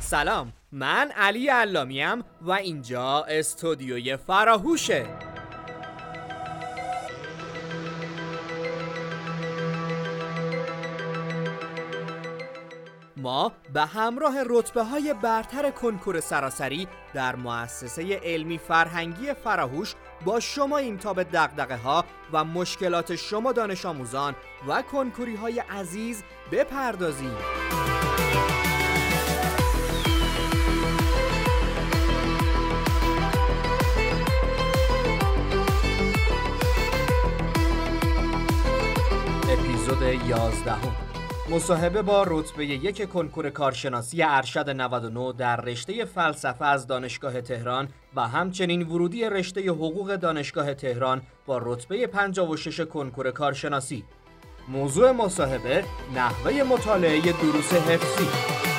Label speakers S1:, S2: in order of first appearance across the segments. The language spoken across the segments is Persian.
S1: سلام، من علی علامیم و اینجا استودیوی فراهوشه. ما به همراه رتبه‌های برتر کنکور سراسری در مؤسسه علمی فرهنگی فراهوش با شما این تا به دغدغه‌ها و مشکلات شما دانش آموزان و کنکوری‌های عزیز بپردازیم. اپیزود 11 مصاحبه با رتبه 1 کنکور کارشناسی ارشد 99 در رشته فلسفه از دانشگاه تهران و همچنین ورودی رشته حقوق دانشگاه تهران با رتبه 56 کنکور کارشناسی. موضوع مصاحبه نحوه مطالعه دروس حفظی.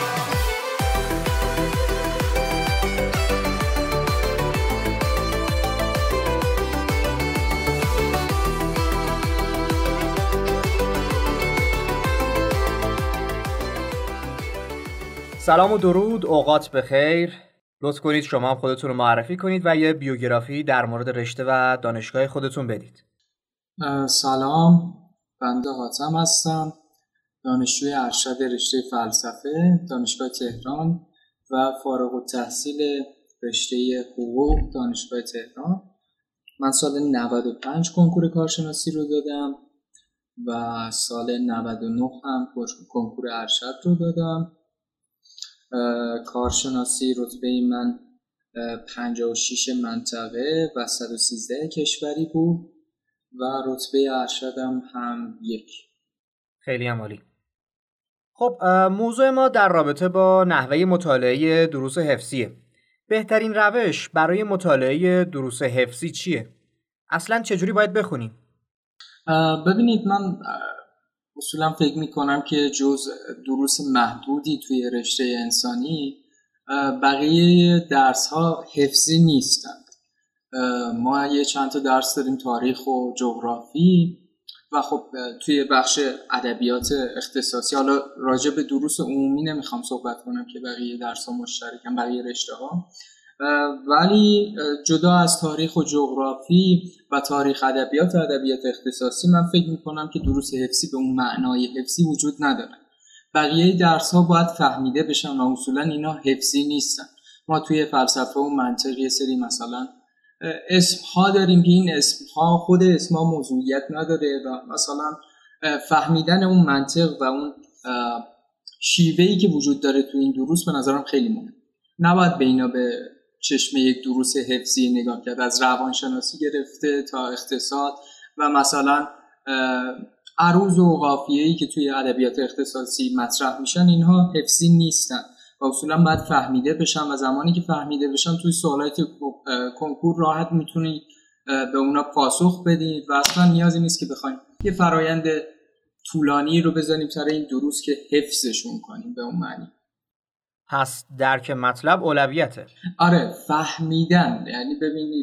S1: سلام و درود، اوقات بخیر. لطف کنید شما هم خودتون رو معرفی کنید و یه بیوگرافی در مورد رشته و دانشگاه خودتون بدید.
S2: سلام، بنده حاتم هستم، دانشجوی ارشد رشته فلسفه دانشگاه تهران و فارغ التحصیل رشته حقوق دانشگاه تهران. من سال 95 کنکور کارشناسی رو دادم و سال 99 هم کنکور ارشد رو دادم. کارشناسی رتبه من 56 منطقه و 113 کشوری بود و رتبه ارشدم هم 1.
S1: خیلی هم عالی. خب موضوع ما در رابطه با نحوه مطالعه دروس حفظیه. بهترین روش برای مطالعه دروس حفظی چیه؟ اصلاً چجوری باید بخونیم؟
S2: ببینید، من اصولا فکر میکنم که جز دروس محدودی توی رشته انسانی بقیه درس ها حفظی نیستند. ما یه چند تا درس داریم، تاریخ و جغرافی و خب توی بخش ادبیات اختصاصی. حالا راجع به دروس عمومی نمیخوام صحبت کنم که بقیه درس ها مشترکن، بقیه رشته ها. ولی جدا از تاریخ و جغرافی و تاریخ ادبیات و ادبیات اختصاصی، من فکر میکنم که دروس حفظی به اون معنای حفظی وجود نداره. بقیه درس ها باید فهمیده بشن و اصولا اینا حفظی نیستن. ما توی فلسفه و منطق یه سری مثلا اسم ها داریم که این اسم ها خود اسم ها موضوعیت نداره و مثلا فهمیدن اون منطق و اون شیوهی که وجود داره توی این دروس به نظرم خیلی مهمه. نباید به اینا به چشم یک دروس حفظی نگاه کرد. از روانشناسی گرفته تا اقتصاد و مثلا عروض و قافیه‌ای که توی ادبیات اختصاصی مطرح میشن، اینها حفظی نیستن و اصولا باید فهمیده بشن و زمانی که فهمیده بشن توی سوالات کنکور راحت میتونید به اونا پاسخ بدید و اصلا نیازی نیست که بخوایم یه فرایند طولانی رو بزنیم سر این دروس که حفظشون کنیم به اون معنی.
S1: پس درک مطلب اولویته.
S2: آره، فهمیدن. یعنی ببینید،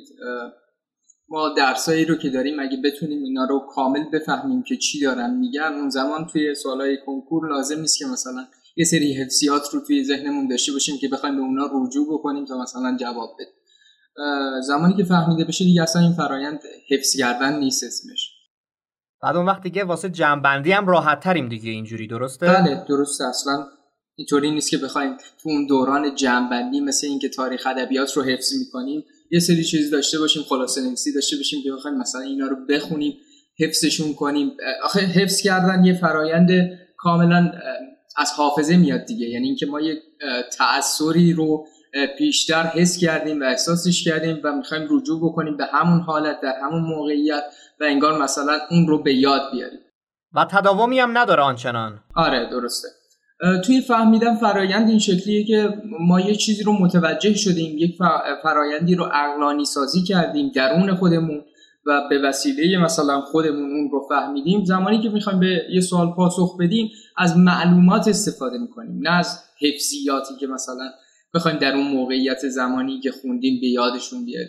S2: ما درسایی رو که داریم اگه بتونیم اینا رو کامل بفهمیم که چی دارن میگن، اون زمان توی سوالای کنکور لازم نیست که مثلا یه سری حفظیات رو توی ذهنمون داشته باشیم که بخوایم به اونا رجوع بکنیم تا مثلا جواب بدیم. زمانی که فهمیده بشه دیگه اصلا این فرایند حفظ کردن نیست اسمش.
S1: بعد اون وقت دیگه واسه جمع‌بندی هم راحت تریم دیگه، اینجوری درسته؟
S2: بله درسته. اصلا اینطوری نیست که بخوایم تو اون دوران جمع‌بندی مثل این که تاریخ ادبیات رو حفظ می‌کنیم یه سری چیز داشته باشیم، خلاصه نویسی داشته باشیم که بخوایم مثلا اینا رو بخونیم حفظشون کنیم. آخه حفظ کردن یه فرایند کاملا از حافظه میاد دیگه. یعنی اینکه ما یک تأثری رو پیشتر حس کردیم و احساسش کردیم و می‌خوایم رجوع بکنیم به همون حالت در همون موقعیت و انگار مثلا اون رو به یاد بیاریم
S1: و تداومی هم نداره آنچنان.
S2: آره درسته. توی فهمیدن فرایند این شکلیه که ما یه چیزی رو متوجه شدیم، یک فرایندی رو عقلانی سازی کردیم درون خودمون و به وسیله مثلا خودمون اون رو فهمیدیم. زمانی که میخوایم به یه سوال پاسخ بدیم از معلومات استفاده میکنیم، نه از حفظیاتی که مثلا بخوایم در اون موقعیت زمانی که خوندیم به یادشون بیاریم.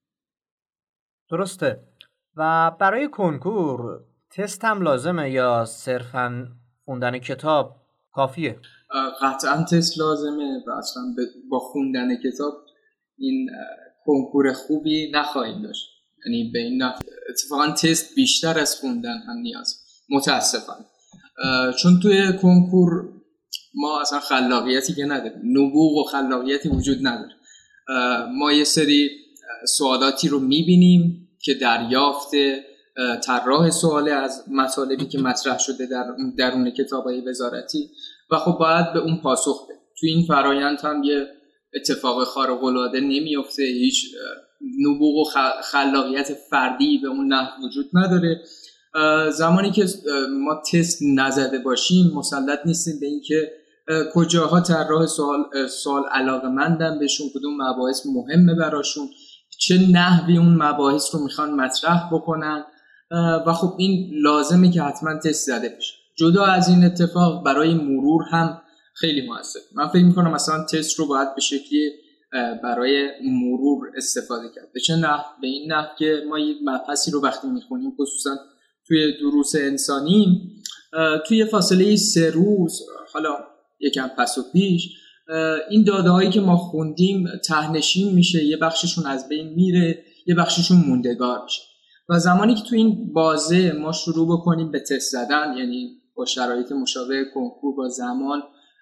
S1: درسته. و برای کنکور تست هم لازمه یا صرفاً خوندن کتاب کافیه؟
S2: قطعا تست لازمه و اصلا با خوندن کتاب این کنکور خوبی نخواهیم داشت. یعنی به این اتفاقا تست بیشتر از خوندن هم نیاز متاسفانه، چون توی کنکور ما اصلا خلاقیتی که نداریم، نبوغ و خلاقیتی وجود نداره. ما یه سری سوالاتی رو میبینیم که دریافت طراح سواله از مطالبی که مطرح شده در درون کتاب‌های وزارتی و خب باید به اون پاسخ بده. تو این فرایند هم یه اتفاق خارق‌العاده نمیفته، هیچ نبوغ و خلاقیت فردی به اون نحو وجود نداره. زمانی که ما تست نزده باشیم مسلط نیستیم به این که کجاها طراح سوال علاقه‌مندن بهشون، کدوم مباحث مهمه براشون، چه نحوی اون مباحث رو میخوان مطرح بکنن و خب این لازمه که حتما تست زده بشه. جدا از این اتفاق برای مرور هم خیلی موثر. من فکر میکنم مثلا تست رو باید به شکلی برای مرور استفاده کرد. به چه نحو؟ به این نحو که ما یک مبحثی رو وقتی میخونیم، خصوصا توی دروس انسانی، توی فاصله 3 روز، حالا یکم پس و پیش، این داده هایی که ما خوندیم ته‌نشین میشه، یه بخششون از بین میره، یه بخششون موندگار میشه. و زمانی که تو این بازه ما شروع بکنیم به تست زدن، یعنی با شرایط مشابه کنکور با زمان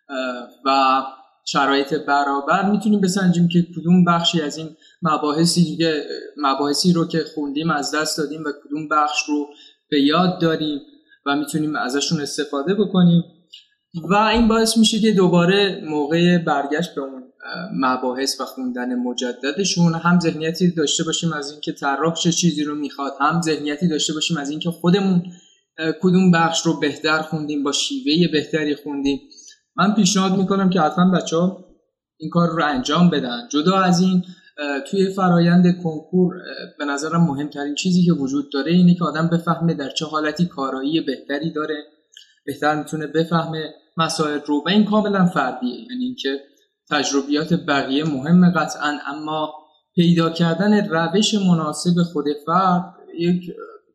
S2: و شرایط برابر، میتونیم بسنجیم که کدوم بخشی از این مباحثی رو که خوندیم از دست دادیم و کدوم بخش رو به یاد داریم و میتونیم ازشون استفاده بکنیم. و این باعث میشه که دوباره موقع برگشت به اون مباحث و خوندن مجددشون هم ذهنیتی داشته باشیم از اینکه طراح چه چیزی رو میخواد، هم ذهنیتی داشته باشیم از اینکه خودمون کدوم بخش رو بهتر خوندیم، با شیوه بهتری خوندیم. من پیشنهاد میکنم که حتما بچه‌ها این کار رو انجام بدن. جدا از این، توی فرایند کنکور به نظرم مهمترین چیزی که وجود داره اینه که آدم بفهمه در چه حالتی کارایی بهتری داره، بهتر میتونه بفهمه مسائل رو، و این کاملا فردیه. یعنی اینکه تجربیات بقیه مهمه قطعا، اما پیدا کردن روش مناسب خود فرد یک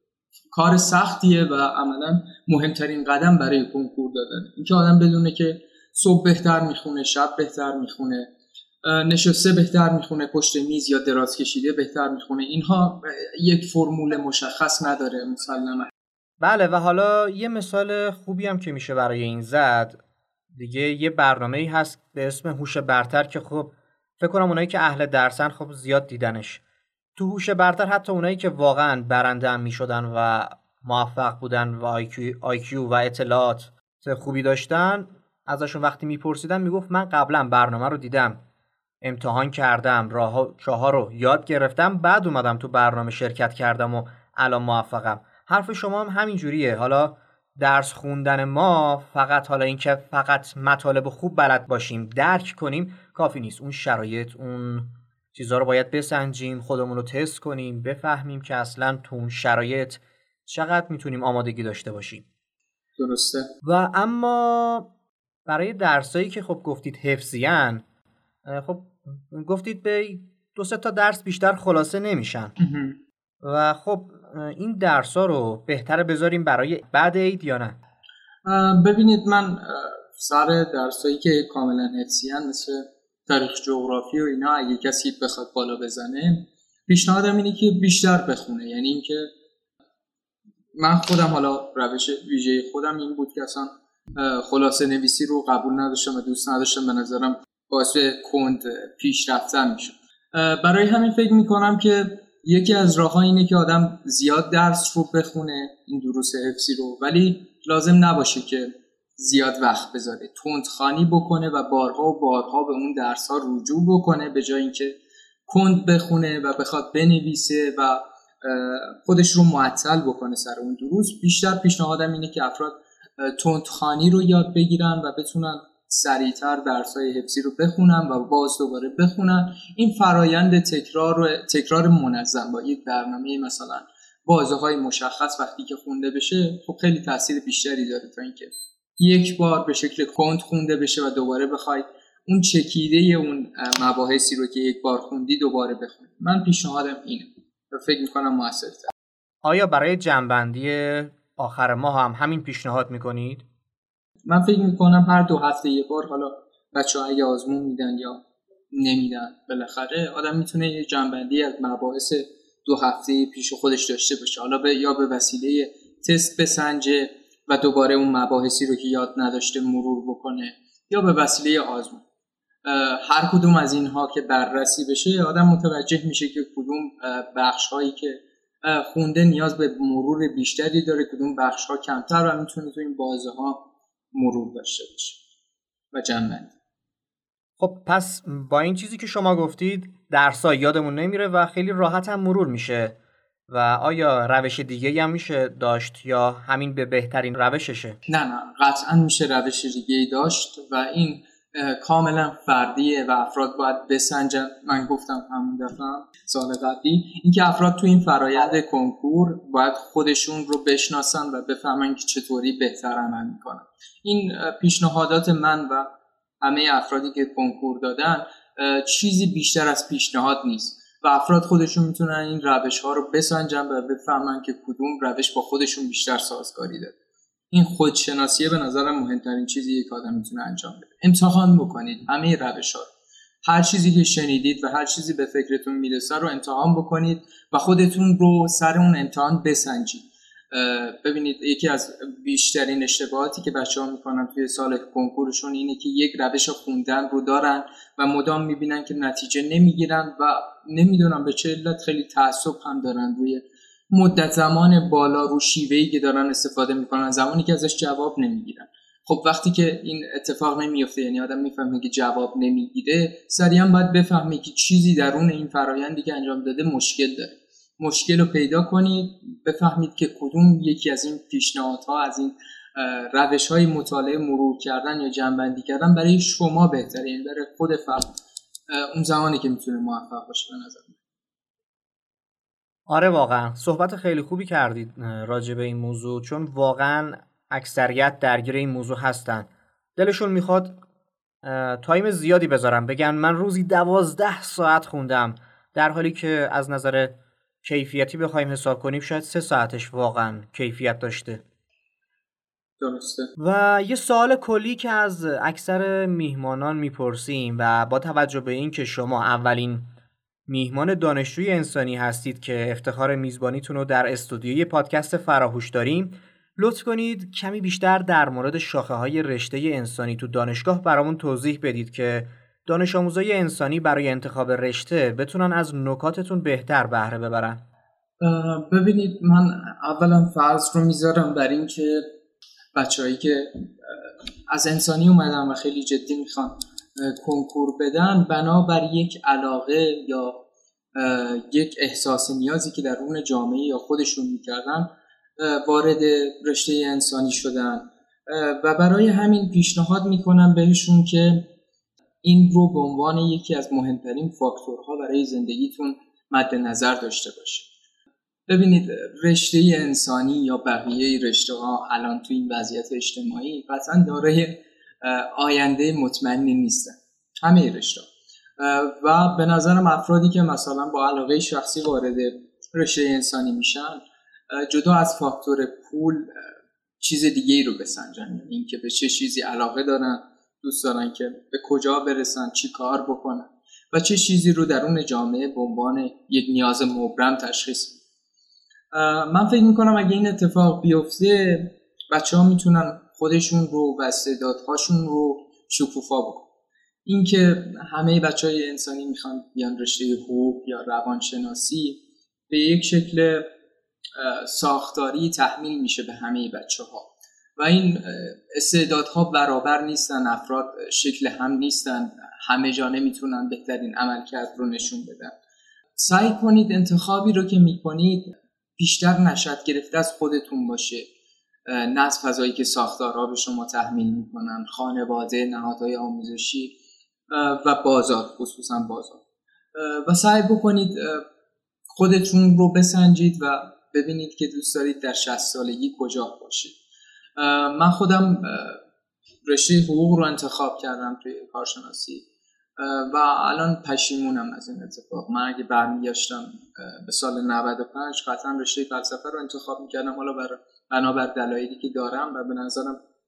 S2: کار سختیه و عملا مهمترین قدم برای کنکور دادن. اینکه آدم بدونه که صبح بهتر میخونه، شب بهتر میخونه، نشسته بهتر میخونه، پشت میز یا دراز کشیده بهتر میخونه، اینها یک فرمول مشخص نداره مسلماً.
S1: بله، و حالا یه مثال خوبی هم که میشه برای این زد دیگه، یه برنامه‌ای هست به اسم هوش برتر که خب فکر کنم اونایی که اهل درسن خب زیاد دیدنش. تو هوش برتر حتی اونایی که واقعا برنده هم میشدن و موفق بودن و آیکیو و اطلاعات خوبی داشتن، ازشون وقتی میپرسیدن میگفت من قبلا برنامه رو دیدم، امتحان کردم، راه‌ها رو یاد گرفتم، بعد اومدم تو برنامه شرکت کردم و الان موفقم. حرف شما هم همین جوریه. حالا درس خوندن ما فقط حالا این که فقط مطالب خوب بلد باشیم، درک کنیم کافی نیست. اون شرایط، اون چیزها رو باید بسنجیم، خودمون رو تست کنیم، بفهمیم که اصلا تو اون شرایط چقدر میتونیم آمادگی داشته باشیم.
S2: درسته.
S1: و اما برای درسایی که خب گفتید حفظیان، خب گفتید به 2-3 تا درس بیشتر خلاصه نمیشن و خب این درس‌ها رو بهتره بذاریم برای بعد عید یا نه؟
S2: ببینید، من سر درسایی که کاملا حفظیان مثل تاریخ، جغرافی و اینا، اگه کسی بخواد بالا بزنه، پیشنهادم اینه که بیشتر بخونه. یعنی اینکه من خودم، حالا روش ویژه خودم این بود که اصلا خلاصه نویسی رو قبول نداشتم و دوست نداشتم، به نظرم باعث کند پیش رفتن میشه. برای همین فکر میکنم که یکی از راه‌ها اینه که آدم زیاد درس رو بخونه، این دروس حفظی رو، ولی لازم نباشه که زیاد وقت بذاره، تندخوانی بکنه و بارها و بارها به اون درس‌ها رجوع بکنه، به جای اینکه کند بخونه و بخواد بنویسه و خودش رو معطل بکنه سر اون دروس. بیشتر پیشنهادم اینه که افراد تندخوانی رو یاد بگیرن و بتونن سریعتر درس‌های حفظی رو بخونن و باز دوباره بخونن. این فرایند تکرار منظم با یک برنامه مثلا بازه‌های مشخص وقتی که خونده بشه، خب خیلی تاثیر بیشتری داره تا اینکه یک بار به شکل کند خونده بشه و دوباره بخوای اون چکیده اون مباحثی رو که یک بار خوندی دوباره بخونی. من پیشنهادم اینه و فکر می‌کنم موثرتر.
S1: آیا برای جمع‌بندی آخر ماه هم همین پیشنهاد می‌کنید؟
S2: من فکر میکنم هر 2 هفته یه بار، حالا بچه‌ها اگه آزمون میدن یا نمیدن، بالاخره آدم میتونه یه جنبندی از مباحث 2 هفته پیش خودش داشته باشه، حالا یا به وسیله تست بسنجه و دوباره اون مباحثی رو که یاد نداشته مرور بکنه، یا به وسیله آزمون. هر کدوم از اینها که بررسی بشه آدم متوجه میشه که کدوم بخش هایی که خونده نیاز به مرور بیشتری داره، کدوم بخش ها کمتر، و میتونه تو این بازه ها مرور داشته باشه و جنبندی.
S1: خب پس با این چیزی که شما گفتید درس‌ها یادمون نمیره و خیلی راحت هم مرور میشه، و آیا روش دیگه هم میشه داشت یا همین به بهترین روششه؟
S2: نه قطعا میشه روش دیگه‌ای داشت و این کاملا فردیه و افراد باید بسنجن. من گفتم همون دفعه سال قبلی اینکه افراد تو این فرایند کنکور باید خودشون رو بشناسن و بفهمن که چطوری بهتر عمل میکنن. این پیشنهادات من و همه افرادی که کنکور دادن چیزی بیشتر از پیشنهاد نیست و افراد خودشون میتونن این روش ها رو بسنجن و بفهمن که کدوم روش با خودشون بیشتر سازگاری داره. این خودشناسیه به نظرم مهمترین چیزیه که آدم میتونه انجام بده. امتحان بکنید همه روش‌ها رو، هر چیزی که شنیدید و هر چیزی به فکرتون میرسه رو امتحان بکنید و خودتون رو سر اون امتحان بسنجید. ببینید یکی از بیشترین اشتباهاتی که بچه‌ها میکنن توی سال کنکورشون اینه که یک روش خوندن رو دارن و مدام میبینن که نتیجه نمیگیرن و نمیدونم به چه علت خیلی تعصب هم دارن روی مدت زمان بالا رو شیوهی که دارن استفاده میکنن، زمانی که ازش جواب نمیگیرن. خب وقتی که این اتفاق نمیفته، یعنی آدم میفهمه که جواب نمیگیره، سریعا باید بفهمه که چیزی درون این فرآیندی که انجام داده مشکل داره. مشکل رو پیدا کنید، بفهمید که کدوم یکی از این پیشنهادها، از این روش‌های مطالعه مرور کردن یا جنبندی کردن برای شما بهتره، یعنی برای خود فرد اون زمانی که میتونه موفق باشه. به نظر
S1: آره واقعا صحبت خیلی خوبی کردید راجع به این موضوع، چون واقعا اکثریت درگیر این موضوع هستن. دلشون میخواد تایم زیادی بذارم، بگن من روزی 12 ساعت خوندم، در حالی که از نظر کیفیتی بخوایم حساب کنیم شاید 3 ساعتش واقعا کیفیت داشته.
S2: درسته.
S1: و یه سوال کلی که از اکثر میهمانان میپرسیم و با توجه به این که شما اولین میهمان دانشجوی انسانی هستید که افتخار میزبانیتون رو در استودیوی پادکست فراهوش داریم، لطف کنید کمی بیشتر در مورد شاخه‌های رشته انسانی تو دانشگاه برامون توضیح بدید که دانش آموزای انسانی برای انتخاب رشته بتونن از نکاتتون بهتر بهره ببرن.
S2: ببینید من اولا فرض رو میذارم بر این که بچه‌هایی که از انسانی اومدن و خیلی جدی میخوان کنکور بدن، بنابر یک علاقه یا یک احساس نیازی که درون جامعه یا خودشون میکردن وارد رشته انسانی شدن و برای همین پیشنهاد میکنم بهشون که این رو به عنوان یکی از مهمترین فاکتورها برای زندگیتون مد نظر داشته باشید. ببینید رشته انسانی یا بقیه رشته ها الان تو این وضعیت اجتماعی قطعا دارای آینده مطمئنی نیستن، همه رشته و به نظرم افرادی که مثلا با علاقه شخصی وارد رشته انسانی میشن، جدا از فاکتور پول چیز دیگه ای رو بسنجن، یعنی اینکه به چه چیزی علاقه دارن، دوست دارن که به کجا برسن، چی کار بکنن و چه چیزی رو درون جامعه به عنوان یک نیاز مبرم تشخیص بدن. من فکر میکنم اگه این اتفاق بیفته بچه‌ها میتونن خودشون رو و استعدادهاشون رو شکوفا بکنن. اینکه همه بچه‌های انسانی میخوان بیان رشته حقوق یا روانشناسی به یک شکل ساختاری تحمیل میشه به همه بچه‌ها و این استعدادها برابر نیستن، افراد شکل هم نیستن، همه جا نمیتونن بهترین عملکرد رو نشون بدن. سعی کنید انتخابی رو که میکنید بیشتر نشأت گرفته از خودتون باشه، نه از فضایی که ساختارها به شما تحمیل میکنن، خانواده، نهادهای آموزشی و بازار، خصوصا بازار. و سعی بکنید خودتون رو بسنجید و ببینید که دوست دارید در 60 سالگی کجا باشید. من خودم رشته حقوق رو انتخاب کردم توی کارشناسی و الان پشیمونم از این اتفاق. من اگه برمیگشتم به سال 95 قطعا رشته فلسفه رو انتخاب میکردم، حالا بنابر دلایلی که دارم و به نظرم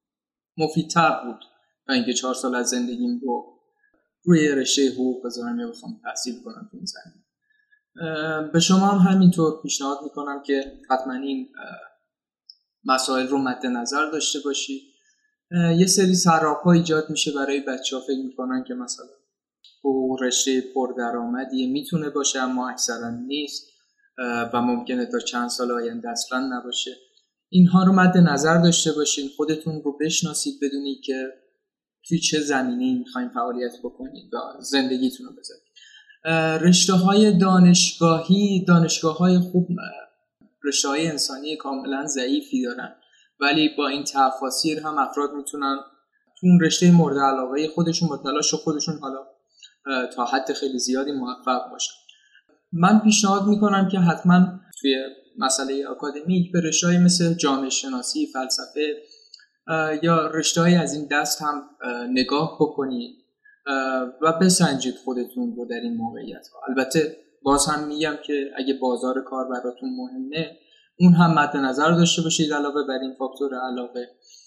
S2: مفیدتر بود تا اینکه 4 سال از زندگیم رو روی رشته حقوق بذارم یا بخوام تحصیل کنم تو این زمینه. به شما هم همینطور پیشنهاد میکنم که حتما این مسائل رو مد نظر داشته باشید. یه سری سراپا ایجاد میشه برای بچه‌ها، فکر میکنن که مثلا حقوق رشته پردرآمدیه، میتونه باشه اما اکثرا نیست و ممکنه تا چند سال آینده اصلا نباشه. اینها رو مد نظر داشته باشین، خودتون رو بشناسید، بدونید که توی چه زمینه‌ای میخواین فعالیت بکنید و زندگیتون رو بذارید. رشته‌های دانشگاهی، دانشگاه‌های خوب رشته‌های انسانی کاملا ضعیفی دارن، ولی با این تفاسیر هم افراد میتونن تو اون رشته مورد علاقه خودشون با تلاش خودشون حالا تا حد خیلی زیادی موفق باشن. من پیشنهاد میکنم که حتما توی مسئله آکادمیک به رشته‌های مثل جامعه شناسی، فلسفه یا رشته‌های از این دست هم نگاه بکنید و بسنجید خودتون رو در این موقعیت ها. البته باز هم میگم که اگه بازار کار براتون مهمه، اون هم مد نظر داشته باشید علاوه بر این فاکتور علاقه،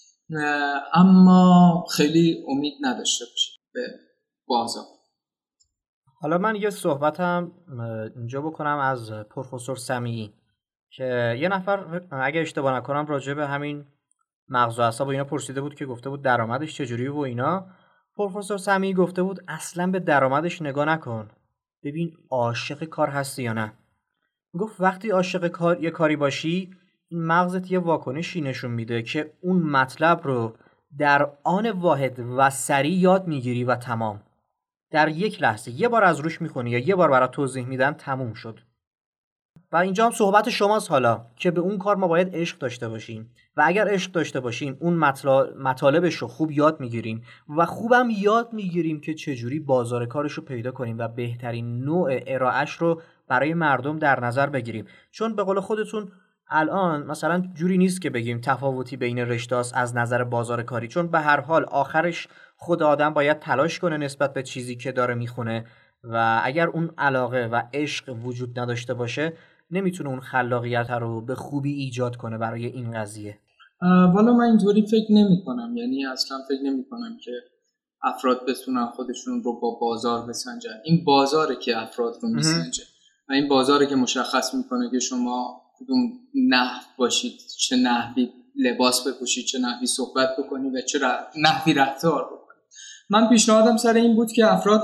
S2: اما خیلی امید نداشته باشید به بازار.
S1: حالا من یه صحبتم اینجا بکنم از پروفسور سمیعی که یه نفر اگه اشتباه نکنم راجع به همین مغز و اعصاب و اینا پرسیده بود که گفته بود درآمدش چجوری و اینا. پروفسور سمیعی گفته بود اصلا به درآمدش نگاه نکن، ببین عاشق کار هستی یا نه. گفت وقتی عاشق یه کاری باشی، این مغزت یه واکنشی نشون میده که اون مطلب رو در آن واحد و سریع یاد میگیری و تمام. در یک لحظه یه بار از روش میخونی یا یه بار برات توضیح میدن، تموم شد. و اینجا هم صحبت شماست حالا که به اون کار ما باید عشق داشته باشیم و اگر عشق داشته باشیم اون مطالبش رو خوب یاد میگیریم و خوبم یاد میگیریم که چجوری بازار کارش رو پیدا کنیم و بهترین نوع ارائهش رو برای مردم در نظر بگیریم. چون به قول خودتون الان مثلا جوری نیست که بگیم تفاوتی بین رشته‌هاست از نظر بازار کاری، چون به هر حال آخرش خود آدم باید تلاش کنه نسبت به چیزی که داره میخونه و اگر اون علاقه و عشق وجود نداشته باشه نمیتونه اون خلاقیت رو به خوبی ایجاد کنه برای این قضیه.
S2: والا من اینطوری فکر نمی کنم، یعنی اصلا فکر نمی کنم که افراد بتونن خودشون رو با بازار بسنجن. این بازاره که افراد رو میسنجه و این بازاره که مشخص میکنه که شما کدوم نحو باشید، چه نحوی لباس بپوشید، چه نحوی صحبت بکنید و چه نحوی رفتار بکنید. من پیشنهادم سر این بود که افراد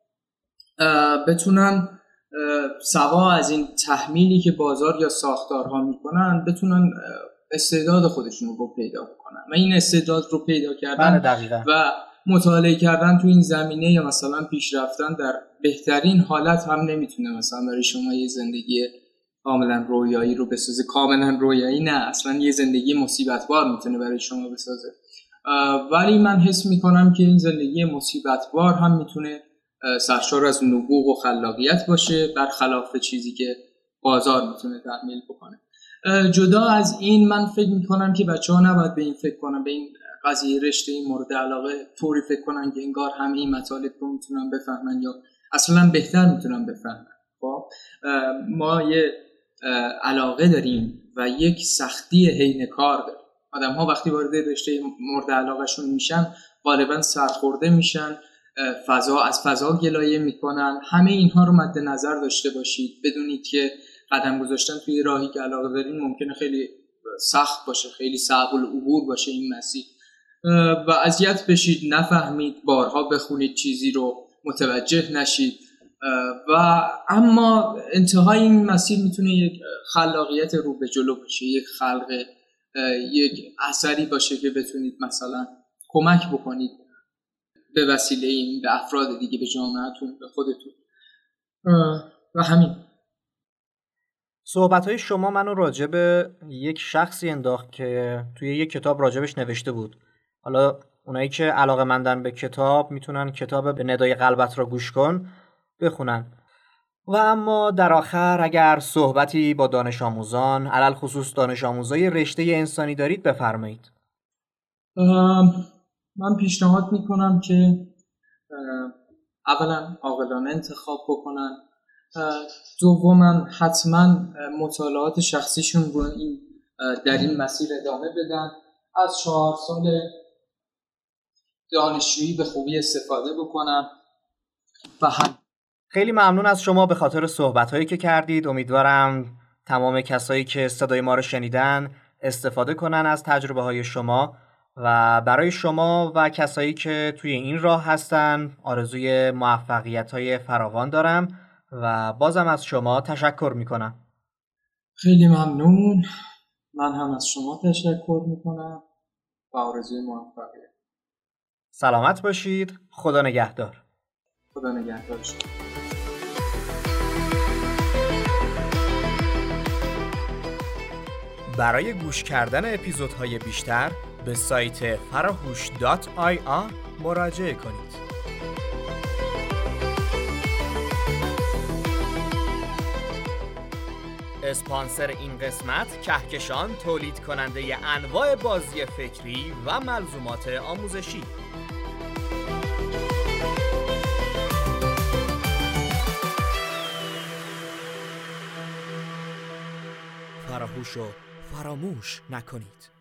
S2: بتونن سوا از این تحمیلی که بازار یا ساختارها میکنن بتونن استعداد خودشون رو پیدا کنن و این استعداد رو پیدا کردن و مطالعه کردن تو این زمینه یا مثلا پیشرفتن در بهترین حالت هم نمیتونه مثلا برای شما یه زندگی کاملا رویایی رو بسازه. کاملا رویایی نه، اصلا یه زندگی مصیبت بار میتونه برای شما بسازه، ولی من حس میکنم که این زندگی مصیبت بار هم میتونه سرشار از نبوغ و خلاقیت باشه، برخلاف چیزی که بازار میتونه تحمیل بکنه. جدا از این من فکر میکنم که بچه‌ها نباید به این فکر کنن، به این قضیه رشته مورد علاقه طوری فکر کنن که انگار همه این مطالب رو میتونن بفهمن یا اصلا بهتر میتونن بفهمن. خب ما یه علاقه داریم و یک سختی حین کار داریم. آدم‌ها وقتی وارد رشته مورد علاقهشون میشن غالبا سرخورده میشن، از فضا گلایه میکنن. همه اینها رو مد نظر داشته باشید، بدونید که قدم گذاشتن توی راهی که علاقه دارین ممکنه خیلی سخت باشه، خیلی صعب العبور باشه این مسیر و اذیت بشید، نفهمید، بارها بخونید چیزی رو متوجه نشید و اما انتهای این مسیر میتونه یک خلاقیت رو به جلو باشه، یک خلق، یک اثری باشه که بتونید مثلا کمک بکنید به وسیله این به افراد دیگه، به جامعهتون، به خودتون و همین.
S1: صحبت‌های شما منو راجع به یک شخصی انداخت که توی یک کتاب راجبش نوشته بود. حالا اونایی که علاقه‌مندن به کتاب میتونن کتاب به ندای قلبت را گوش کن بخونن. و اما در آخر اگر صحبتی با دانش آموزان، علل خصوص دانش آموزای رشته انسانی دارید بفرمایید.
S2: من پیشنهاد میکنم که اولا عاقلانه انتخاب بکنن، دوما حتما مطالعات شخصیشون رو در این مسیر ادامه بدن. از 4 سال دانشجویی به خوبی استفاده بکنم و هم.
S1: خیلی ممنون از شما به خاطر صحبت‌هایی که کردید. امیدوارم تمام کسایی که صدای ما رو شنیدن استفاده کنن از تجربه‌های شما و برای شما و کسایی که توی این راه هستن آرزوی موفقیت‌های فراوان دارم و بازم از شما تشکر می‌کنم.
S2: خیلی ممنون. من هم از شما تشکر می‌کنم و آرزوی موفقیت.
S1: سلامت باشید. خدا نگهدار.
S2: خدا نگهدار شما.
S1: برای گوش کردن اپیزودهای بیشتر به سایت farahush.ir مراجعه کنید. اسپانسر این قسمت کهکشان، تولید کننده انواع بازی فکری و ملزومات آموزشی. فراهوشو فراموش نکنید.